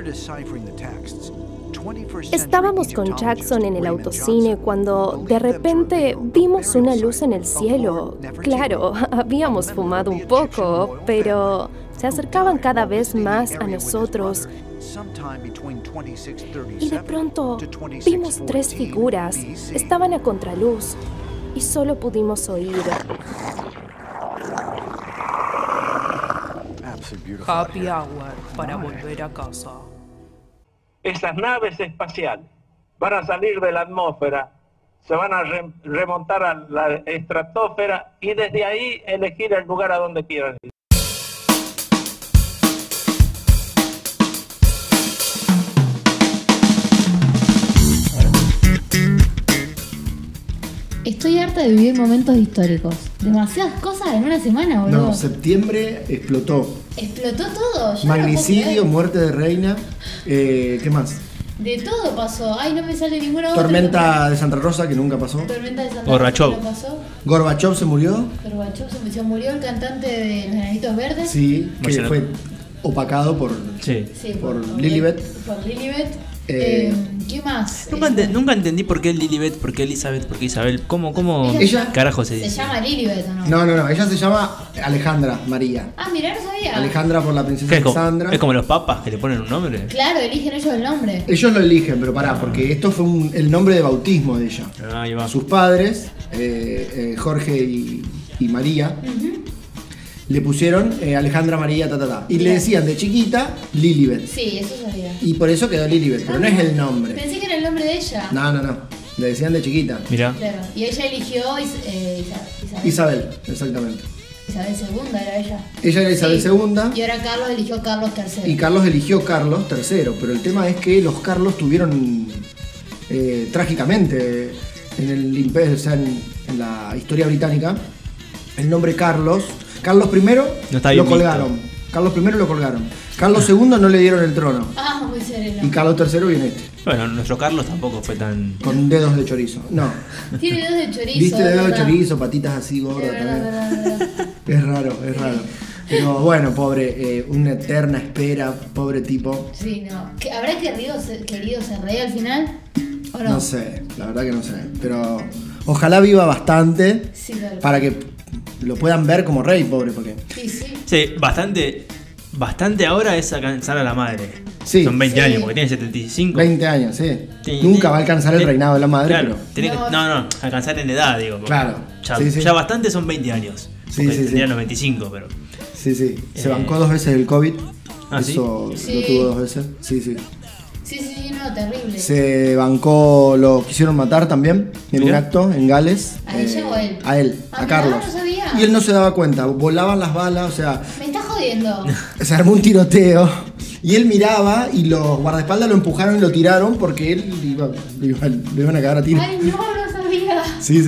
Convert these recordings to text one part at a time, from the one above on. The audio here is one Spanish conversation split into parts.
Estábamos con Jackson en el autocine cuando de repente vimos una luz en el cielo. Claro, habíamos fumado un poco, pero se acercaban cada vez más a nosotros. Y de pronto vimos 3 figuras. Estaban a contraluz y solo pudimos oír. Happy hour para volver a casa. Esas naves espaciales van a salir de la atmósfera, se van a remontar a la estratosfera y desde ahí elegir el lugar a donde quieran ir. Estoy harta de vivir momentos históricos. Demasiadas cosas en una semana, boludo. No, septiembre explotó. Explotó todo. Yo Magnicidio, muerte de reina. ¿Qué más? De todo pasó. Ay, no me sale ninguna otra. Tormenta de Santa Rosa, que nunca pasó. Tormenta de Santa Gorbachev. Rosa, ¿no pasó? Gorbachev se murió. Gorbachev se murió, el cantante de Los Enanitos Verdes. Sí, que fue opacado por Lilibet. Por Lilibet. ¿Qué más? Nunca entendí por qué Lilibet, por qué Elizabeth, por qué Isabel. ¿Cómo ella carajo se dice? ¿Se llama Lilibet o no? No, ella se llama Alejandra María. Ah, mirá, no sabía. Alejandra por la princesa Alexandra. Es como los papas que le ponen un nombre. Claro, eligen ellos el nombre. Ellos lo eligen, pero pará, porque esto fue el nombre de bautismo de ella. Ahí va. Sus padres, Jorge y María, le pusieron Alejandra María Y le decían de chiquita Lilibet. Sí, eso sabía. Y por eso quedó Lilibet, pero no es el nombre. Pensé que era el nombre de ella. No. Le decían de chiquita. Mirá. Claro. Y ella eligió Isabel, exactamente. Isabel II era ella. Ella era Isabel II. Y ahora Carlos eligió Carlos III. Y Carlos eligió Carlos III. Pero el tema es que los Carlos tuvieron trágicamente en el imperio, o sea, en la historia británica, el nombre Carlos I lo colgaron. Carlos I lo colgaron. Carlos II no le dieron el trono. Ah, muy sereno. Y Carlos III viene este. Bueno, nuestro Carlos tampoco fue tan... Con dedos de chorizo. No. Tiene dedos de chorizo. Viste dedos de ¿verdad? chorizo, patitas así gordas también. Es raro. Pero bueno, pobre, una eterna espera, pobre tipo. Sí, no. ¿Habrá querido ser rey al final? ¿O no? No sé, la verdad que no sé. Pero ojalá viva bastante para que lo puedan ver como rey, pobre, porque... Sí, bastante ahora es alcanzar a la madre. Sí. Son 20 años, porque tiene 75. 20 años, sí. Nunca va a alcanzar el reinado de la madre, claro, pero... No, alcanzar en edad, digo. Claro. Ya bastante son 20 años. Sí. Tendrían los 25, pero... Sí. Se bancó 2 veces el COVID. Eso ¿sí? Lo tuvo 2 veces. Sí. Sí, no, terrible. Se bancó, lo quisieron matar también en un acto en Gales. ¿A ella o a él? A él, a Carlos. No sabía. Y él no se daba cuenta, volaban las balas, o sea... Me está jodiendo. Se armó un tiroteo y él miraba y los guardaespaldas lo empujaron y lo tiraron porque él lo iban a cagar a tiro. Ay, no sabía. Sí.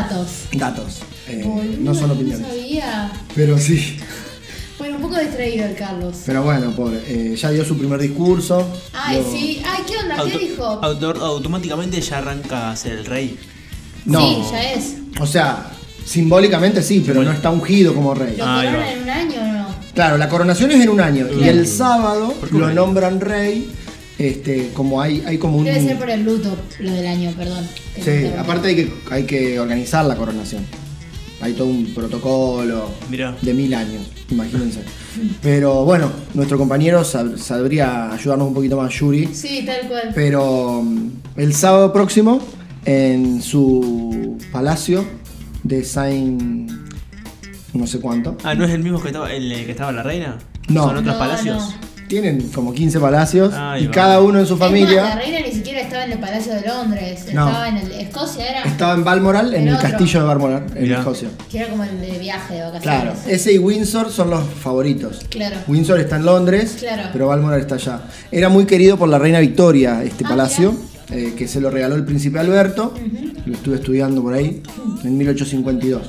Datos. No son opiniones. No sabía. Pero sí. Bueno, un poco distraído el Carlos. Pero bueno, pobre. Ya dio su primer discurso. Ay, sí. Ay, ¿qué onda? ¿Qué dijo? Automáticamente ya arranca a ser el rey. No. Sí, ya es. O sea, simbólicamente sí, pero no está ungido como rey. ¿Lo coronan en un año o no? Claro, la coronación es en un año. Y el sábado lo nombran rey. Como hay como un... Debe ser por el luto, lo del año, perdón. Sí, aparte hay que organizar la coronación. Hay todo un protocolo de 1000 años, imagínense. Pero bueno, nuestro compañero sabría ayudarnos un poquito más, Yuri. Sí, tal cual. Pero el sábado próximo, en su palacio de Saint... no sé cuánto. Ah, ¿no es el mismo que estaba la reina? No. ¿Son otros palacios? No. Tienen como 15 palacios y va. cada uno en su familia. Más, la reina ni siquiera estaba en el Palacio de Londres, estaba en Escocia, ¿era? Estaba en Balmoral, en el castillo de Balmoral, en Escocia. Que era como el de viaje, de vacaciones. Claro, ese y Windsor son los favoritos. Claro. Windsor está en Londres, claro, pero Balmoral está allá. Era muy querido por la reina Victoria, este palacio, que se lo regaló el príncipe Alberto. Lo estuve estudiando por ahí, en 1852.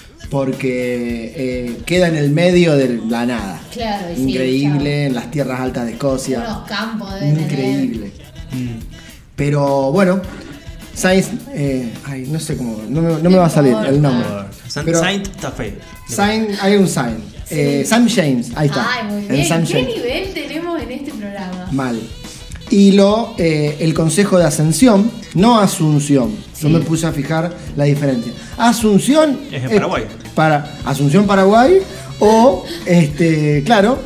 Porque queda en el medio de la nada. Claro, increíble, en las tierras altas de Escocia. Unos campos increíble. Pero bueno, Sainz, no sé cómo, no me va a salir el nombre. Saint está feo. Saint, hay un Saint. Sam James, ahí está. Ay, muy bien. ¿Qué nivel tenemos en este programa? Mal. y el Consejo de Ascensión, no Asunción. Yo me puse a fijar la diferencia. Asunción es en Paraguay. Para Asunción, Paraguay, o claro,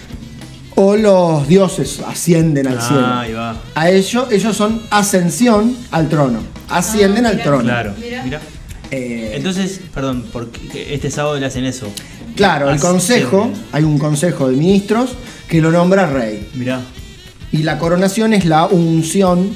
o los dioses ascienden al cielo. Ahí va. A ellos son ascensión al trono. Ascienden al trono. Claro. Mira. Entonces, perdón, porque este sábado le hacen eso. Claro, el consejo, hay un consejo de ministros que lo nombra rey. Mirá. Y la coronación es la unción,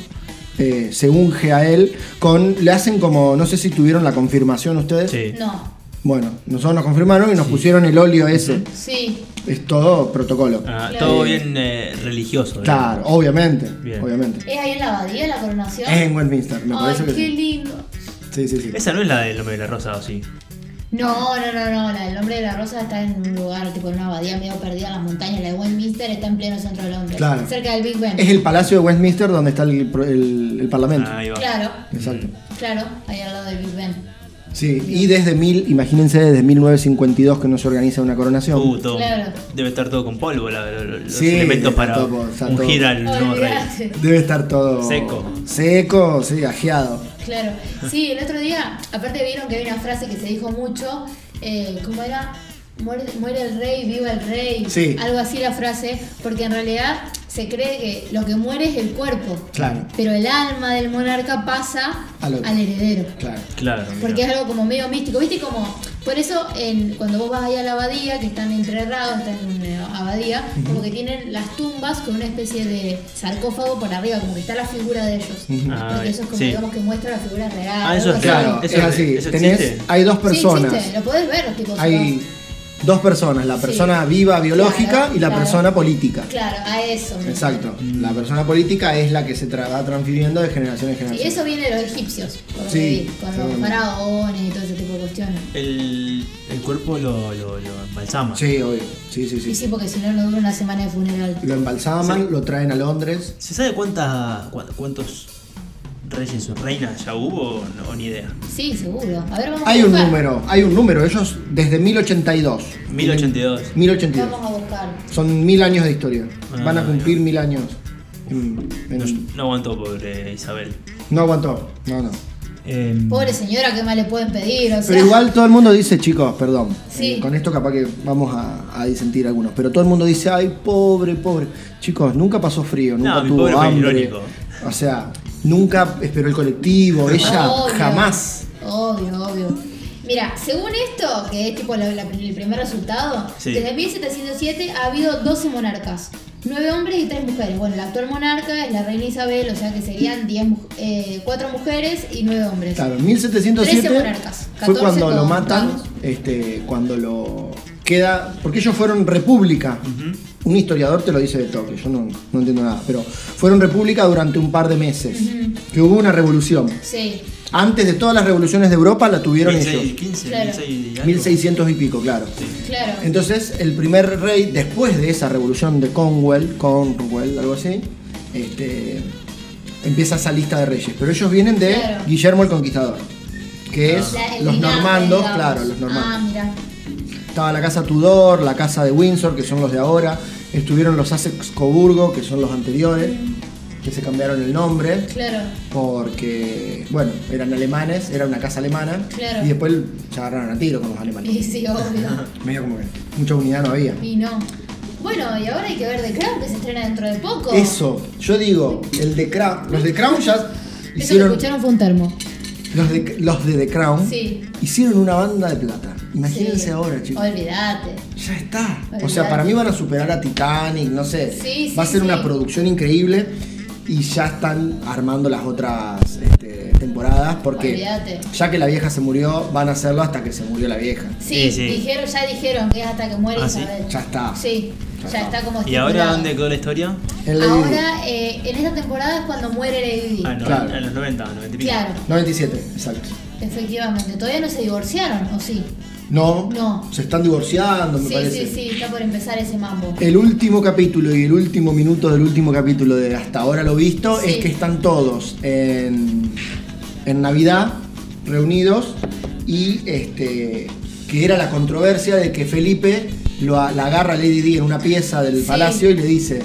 se unge a él le hacen como, no sé si tuvieron la confirmación ustedes. Sí. No. Bueno, nosotros nos confirmaron y nos pusieron el óleo ese. Sí. Es todo protocolo. Claro. Todo bien religioso. Claro, obviamente. Bien. Obviamente. ¿Es ahí en la abadía la coronación? Es en Westminster, me parece que qué sí. lindo. Sí. Esa no es la del hombre de la rosa, ¿o sí? No, la del Hombre de la Rosa está en un lugar, tipo en una abadía medio perdida en las montañas. La de Westminster está en pleno centro de Londres, claro, cerca del Big Ben. Es el Palacio de Westminster donde está el Parlamento. Ahí va. Claro. Exacto. Claro, ahí al lado del Big Ben. Sí, y imagínense desde 1952 que no se organiza una coronación. Todo. Claro. Debe estar todo con polvo, los Sí, elementos para está ungir todo. al nuevo rey. Olvídate. Debe estar todo seco, sí, ajeado. Claro. Sí, el otro día, aparte vieron que había una frase que se dijo mucho, ¿cómo era? Muere el rey, viva el rey. Sí. Algo así la frase, porque en realidad se cree que lo que muere es el cuerpo. Claro. Pero el alma del monarca pasa al heredero. Claro. Porque es algo como medio místico, ¿viste? Como, por eso cuando vos vas ahí a la abadía, que están entrerrados, están en una abadía, como que tienen las tumbas con una especie de sarcófago por arriba, como que está la figura de ellos. Porque eso es como, digamos, que muestra la figura real. Eso es claro, es así. ¿Eso existe? Hay dos personas. Sí, existe. Lo podés ver, tipo. Hay dos personas, la persona viva biológica, claro, y la persona política. Claro, a eso. Exacto. La persona política es la que se va transfiriendo de generación en generación. Y eso viene de los egipcios, por lo Sí, que vi, con los faraones y todo ese tipo de cuestiones. El cuerpo lo embalsama. Sí, obvio. Sí. Y sí, porque si no, no dura una semana de funeral. Lo embalsaman, Sí. lo traen a Londres. ¿Se sabe cuántos reyes o reinas ya hubo o ni idea? Sí, seguro. A ver, vamos Hay a un buscar. número. Ellos desde 1082. 1082. 1082. Vamos a buscar. Son 1000 años de historia. Van a Ah, cumplir 1000 años. No aguantó, pobre Isabel. No aguantó. No. Pobre señora, ¿qué más le pueden pedir? O sea, Pero igual todo el mundo dice, chicos, perdón. Sí. Con esto capaz que vamos a disentir algunos. Pero todo el mundo dice, ay, pobre. Chicos, nunca pasó frío, nunca mi tuvo pobre fue hambre. irónico. O sea, nunca esperó el colectivo. Ella Obvio. jamás. Obvio. Mira, según esto, que es tipo el primer resultado, Sí. desde 1707 ha habido 12 monarcas, 9 hombres y 3 mujeres. Bueno, la actual monarca es la reina Isabel, o sea que serían 4 mujeres y 9 hombres. Claro, en 1707 13 monarcas, fue 14 cuando lo todos, matan, vamos. cuando lo queda, porque ellos fueron república. Un historiador te lo dice de toque, yo no entiendo nada, pero fueron república durante un par de meses, que hubo una revolución. Sí, Antes de todas las revoluciones de Europa la tuvieron 1615, ellos. Claro. 1600 y algo. 1600 y pico, claro. claro. Entonces, el primer rey, después de esa revolución de Cornwall, algo así, empieza esa lista de reyes. Pero ellos vienen de Claro. Guillermo el Conquistador, que es El los linaje, normandos, digamos. claro, los normandos. Ah, mira. Estaba la casa Tudor, la casa de Windsor, que son los de ahora. Estuvieron los Saxe-Coburgo, que son los anteriores, que se cambiaron el nombre. Claro. Porque, bueno, eran alemanes, era una casa alemana. Claro. Y después se agarraron a tiro con los alemanes. Y sí, obvio. Medio como que mucha unidad no había. Y no. Bueno, y ahora hay que ver The Crown, que se estrena dentro de poco. Eso, yo digo, los de Crown ya Eso que hicieron. escucharon fue un termo. Los de The Crown Sí. hicieron una banda de plata. Imagínense Sí. ahora, chicos. Olvídate. Ya está. O Olvidate. sea, para mí van a superar a Titanic, no sé. Sí, Va a sí, ser sí. una producción increíble y ya están armando las otras temporadas porque Olvídate. ya que la vieja se murió, van a hacerlo hasta que se murió la vieja. Sí, Sí. ya dijeron que es hasta que muere Ah, ¿sí? Isabel. Ya está. Sí, Ya ya está. está como ¿Y ahora estipulado. dónde quedó la historia? En Lady Di. Ahora, en esta temporada es cuando muere Lady Di. Ah, no, Claro. en los 90 y pico. Claro, 97, exacto. efectivamente. ¿Todavía no se divorciaron o sí? No, No. se están divorciando, me Sí, parece. sí, está por empezar ese mambo. El último capítulo y el último minuto del último capítulo de hasta ahora lo visto Sí. es que están todos en Navidad reunidos y que era la controversia de que Felipe la agarra a Lady Di en una pieza del Sí. palacio y le dice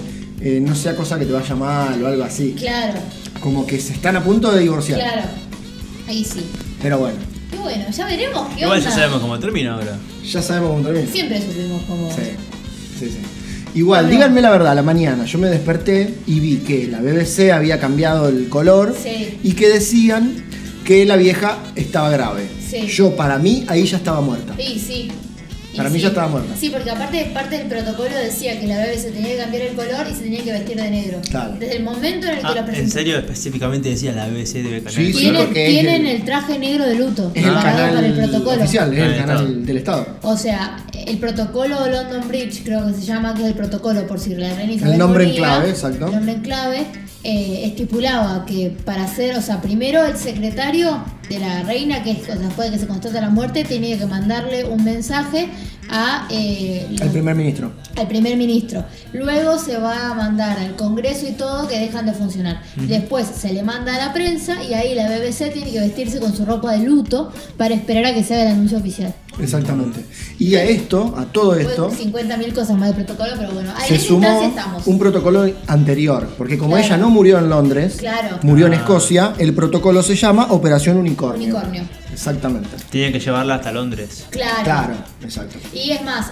no sea cosa que te vaya mal o algo así. Claro. Como que se están a punto de divorciar. Claro. Ahí sí. Pero bueno. Y bueno, ya veremos qué Igual onda. ya sabemos cómo termina ahora. Ya sabemos cómo termina. Siempre supimos cómo. Sí. Igual, Bueno. díganme la verdad, a la mañana yo me desperté y vi que la BBC había cambiado el color Sí. y que decían que la vieja estaba grave. Sí. Yo, para mí, ahí ya estaba muerta. Sí. Y Para mí ya estaba muerta. Sí, porque aparte parte del protocolo decía que la bebé se tenía que cambiar el color y se tenía que vestir de negro. Claro. Desde el momento en el que la ¿En presentó. serio específicamente decía la BBC debe cambiar? Sí, el sí, color? porque es Tienen el- el traje negro de luto. Es el pagado canal para el protocolo. oficial, es el Del canal Estado. del Estado. O sea, el protocolo London Bridge, creo que se llama, que es el protocolo por si la reina Isabel El nombre en moría, clave, exacto. El nombre en clave estipulaba que para hacer, o sea, primero el secretario de la reina, que es, o sea, después de que se constata la muerte, tenía que mandarle un mensaje a El primer ministro. al primer ministro. Luego se va a mandar al Congreso y todo, que dejan de funcionar. Después se le manda a la prensa y ahí la BBC tiene que vestirse con su ropa de luto para esperar a que se haga el anuncio oficial. Exactamente. Y a todo esto, 50.000 cosas más de protocolo, pero bueno, ahí se en esa instancia sumó estamos. un protocolo anterior. Porque como Claro. ella no murió en Londres, Claro. murió en Escocia, el protocolo se llama Operación Unicornio. Unicornio. Exactamente. Tienen que llevarla hasta Londres. Claro, exacto. Y es más,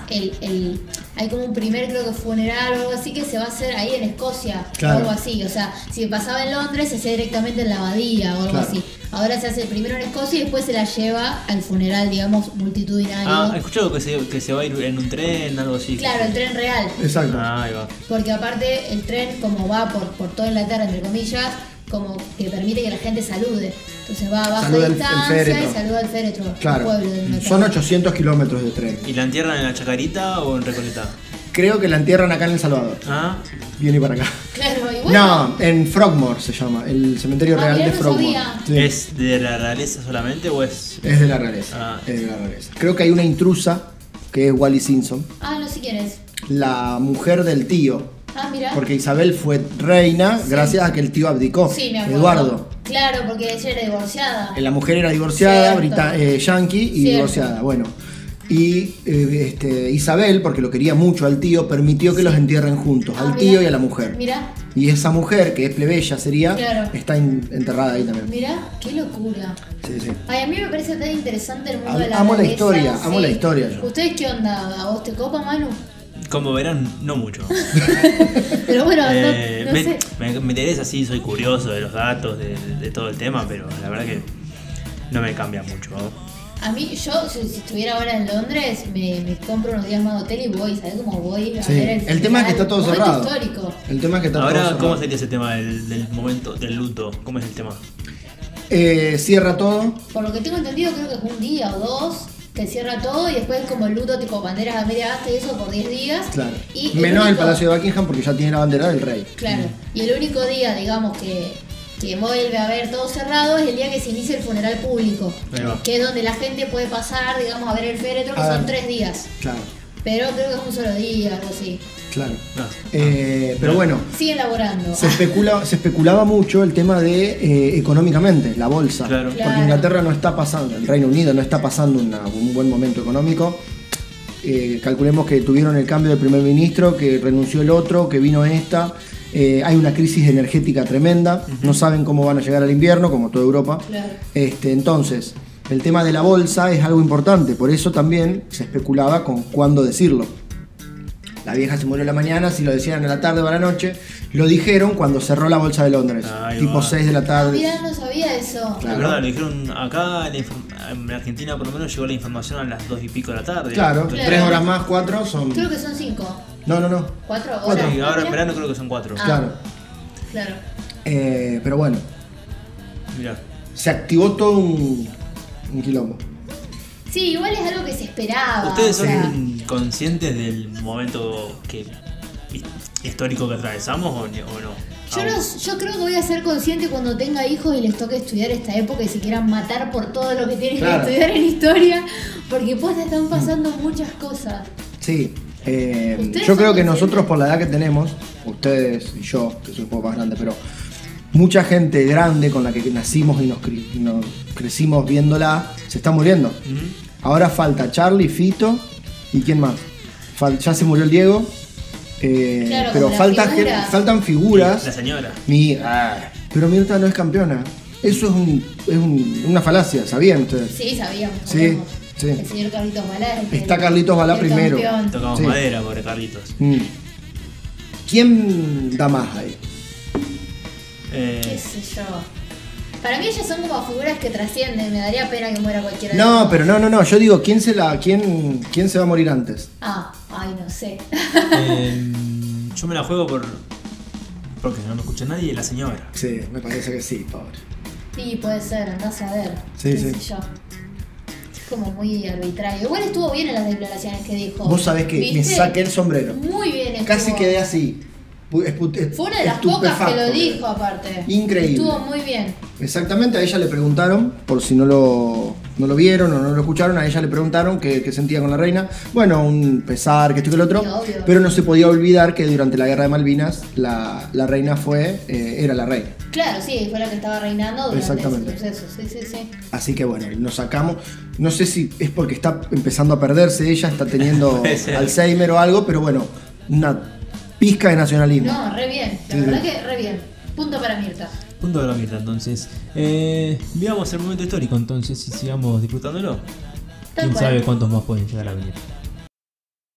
hay como un primer, creo que funeral o algo así que se va a hacer ahí en Escocia Claro. o algo así. O sea, si pasaba en Londres se hacía directamente en la abadía o algo Claro. así. Ahora se hace primero en Escocia y después se la lleva al funeral, digamos, multitudinario. He escuchado que se va a ir en un tren, algo así. Claro, el tren real. Exacto. Ahí va. Porque aparte el tren, como va por toda Inglaterra, entre comillas, como que permite que la gente salude. Entonces va a baja Saluda el distancia féretro. y saluda al féretro, al Claro. pueblo de Inglaterra. Son 800 kilómetros de tren. ¿Y la entierran en la Chacarita o en Recoleta? Creo que la entierran acá en El Salvador. Ah, Viene para acá. Claro, y bueno. No, en Frogmore se llama, el cementerio Ah, real mirá, de no Frogmore. sabía. Sí. ¿es de la realeza solamente o es...? Es de la realeza. Ah. Es de la realeza. Creo que hay una intrusa que es Wally Simpson, Ah, no sé quién es. la mujer del tío. Ah, mira. Porque Isabel fue reina Sí. gracias a que el tío abdicó. Sí, me acuerdo. Eduardo. Claro, porque ella era divorciada. La mujer era divorciada, Cierto. yankee y Cierto. divorciada. Bueno. Y Isabel, porque lo quería mucho al tío, permitió que los entierren juntos, Ah, al mira. tío y a la mujer. Mira, Y esa mujer, que es plebeya sería, Claro. está enterrada ahí también. mira, qué locura. Sí, sí. Ay, a mí me parece tan interesante el mundo de la Amo la realeza, historia, amo la historia yo. ¿Ustedes qué onda? ¿A vos te copa, Manu? Como verán, no mucho. Pero bueno, no me, sé. me interesa, sí, soy curioso de los datos, de todo el tema, pero la verdad que no me cambia mucho. A mí, yo, si estuviera ahora en Londres, me compro unos días más de hotel y voy, ¿sabes cómo voy? A Sí. ver El tema es que está todo momento cerrado. histórico. El tema es que está todo Ahora, cerrado. ¿cómo sería ese tema del momento del luto? ¿Cómo es el tema? Cierra todo. Por lo que tengo entendido, creo que es un día o dos que cierra todo y después como el luto tipo banderas a media asta y eso por 10 días. Claro. Y Menos el único- Palacio de Buckingham porque ya tiene la bandera del rey. Claro. Y el único día, digamos, que vuelve a haber todo cerrado es el día que se inicia el funeral público. Ahí va. Que es donde la gente puede pasar, digamos, a ver el féretro, que A son ver. 3 días. Claro, Pero creo que es un solo día, algo así. claro. Ah. Pero bueno, Siguen laborando. se especulaba mucho el tema de económicamente, la bolsa. Claro. Porque Claro. Inglaterra no está pasando, el Reino Unido no está pasando un buen momento económico. Calculemos que tuvieron el cambio de primer ministro, que renunció el otro, que vino esta. Hay una crisis energética tremenda, no saben cómo van a llegar al invierno, como toda Europa. Claro. Entonces, el tema de la bolsa es algo importante, por eso también se especulaba con cuándo decirlo. La vieja se murió en la mañana, si lo decían en la tarde o a la noche, lo dijeron cuando cerró la bolsa de Londres, Ahí tipo va. 6 de la Ah, tarde. mira, no sabía eso. Claro. La verdad, lo dijeron acá en Argentina, por lo menos llegó la información a las 2 y pico de la tarde. Claro, Claro. 3 horas más, 4 son... Creo que son 5. No, no, no. 4 horas. Cuatro. Y ahora en Mira. verano creo que son 4. Ah. Claro. Claro. Pero bueno, Mirá. se activó todo un quilombo. Sí, igual es algo que se esperaba. ¿Ustedes o sea, son conscientes del momento histórico que atravesamos o no? Yo creo que voy a ser consciente cuando tenga hijos y les toque estudiar esta época y se quieran matar por todo lo que tienen Claro. que estudiar en historia, porque pues están pasando muchas cosas. Sí, ¿Ustedes yo son creo que conscientes? nosotros por la edad que tenemos, ustedes y yo, que soy un poco más grande, pero mucha gente grande con la que nacimos y nos crecimos viéndola, se está muriendo. Ahora falta Charlie, Fito y ¿quién más? Ya se murió el Diego, Claro, pero como la figura. faltan figuras. La señora. Pero Mirta no es campeona. Eso es una falacia, ¿sabían ustedes? Sí, sabíamos. Sí. El señor Carlitos Balá. Está Carlitos Balá primero. Campeón. Tocamos madera, pobre Carlitos. ¿Quién da más ahí? Qué sé yo. Para mí ellas son como figuras que trascienden. Me daría pena que muera cualquiera. No, pero no. Yo digo, ¿quién se va a morir antes? Ay, no sé. Yo me la juego porque no me escucha nadie, la señora. Sí, me parece que sí, pobre. Sí, puede ser, andás a ver. Sí. Qué sé yo. Es como muy arbitrario. Igual estuvo bien en las declaraciones que dijo. Vos sabés que me saqué el sombrero. Muy bien estuvo. Casi quedé así. Fue una de las pocas que lo dijo, aparte. Increíble. Estuvo muy bien. Exactamente, a ella le preguntaron, por si no lo vieron o no lo escucharon, a ella le preguntaron qué sentía con la reina. Bueno, un pesar, que esto y que lo otro. Sí, obvio. Pero no se podía olvidar que durante la guerra de Malvinas la reina era la reina. Claro, sí, fue la que estaba reinando durante Exactamente. ese proceso. Sí. Así que bueno, nos sacamos. No sé si es porque está empezando a perderse ella, está teniendo Alzheimer o algo, pero bueno, una pizca de nacionalismo. No, re bien. La verdad que re bien. Punto para Mirta. Punto de la Mirta, entonces. Veamos el momento histórico, entonces, y sigamos disfrutándolo. Tal Quién cual. sabe cuántos más pueden llegar a venir.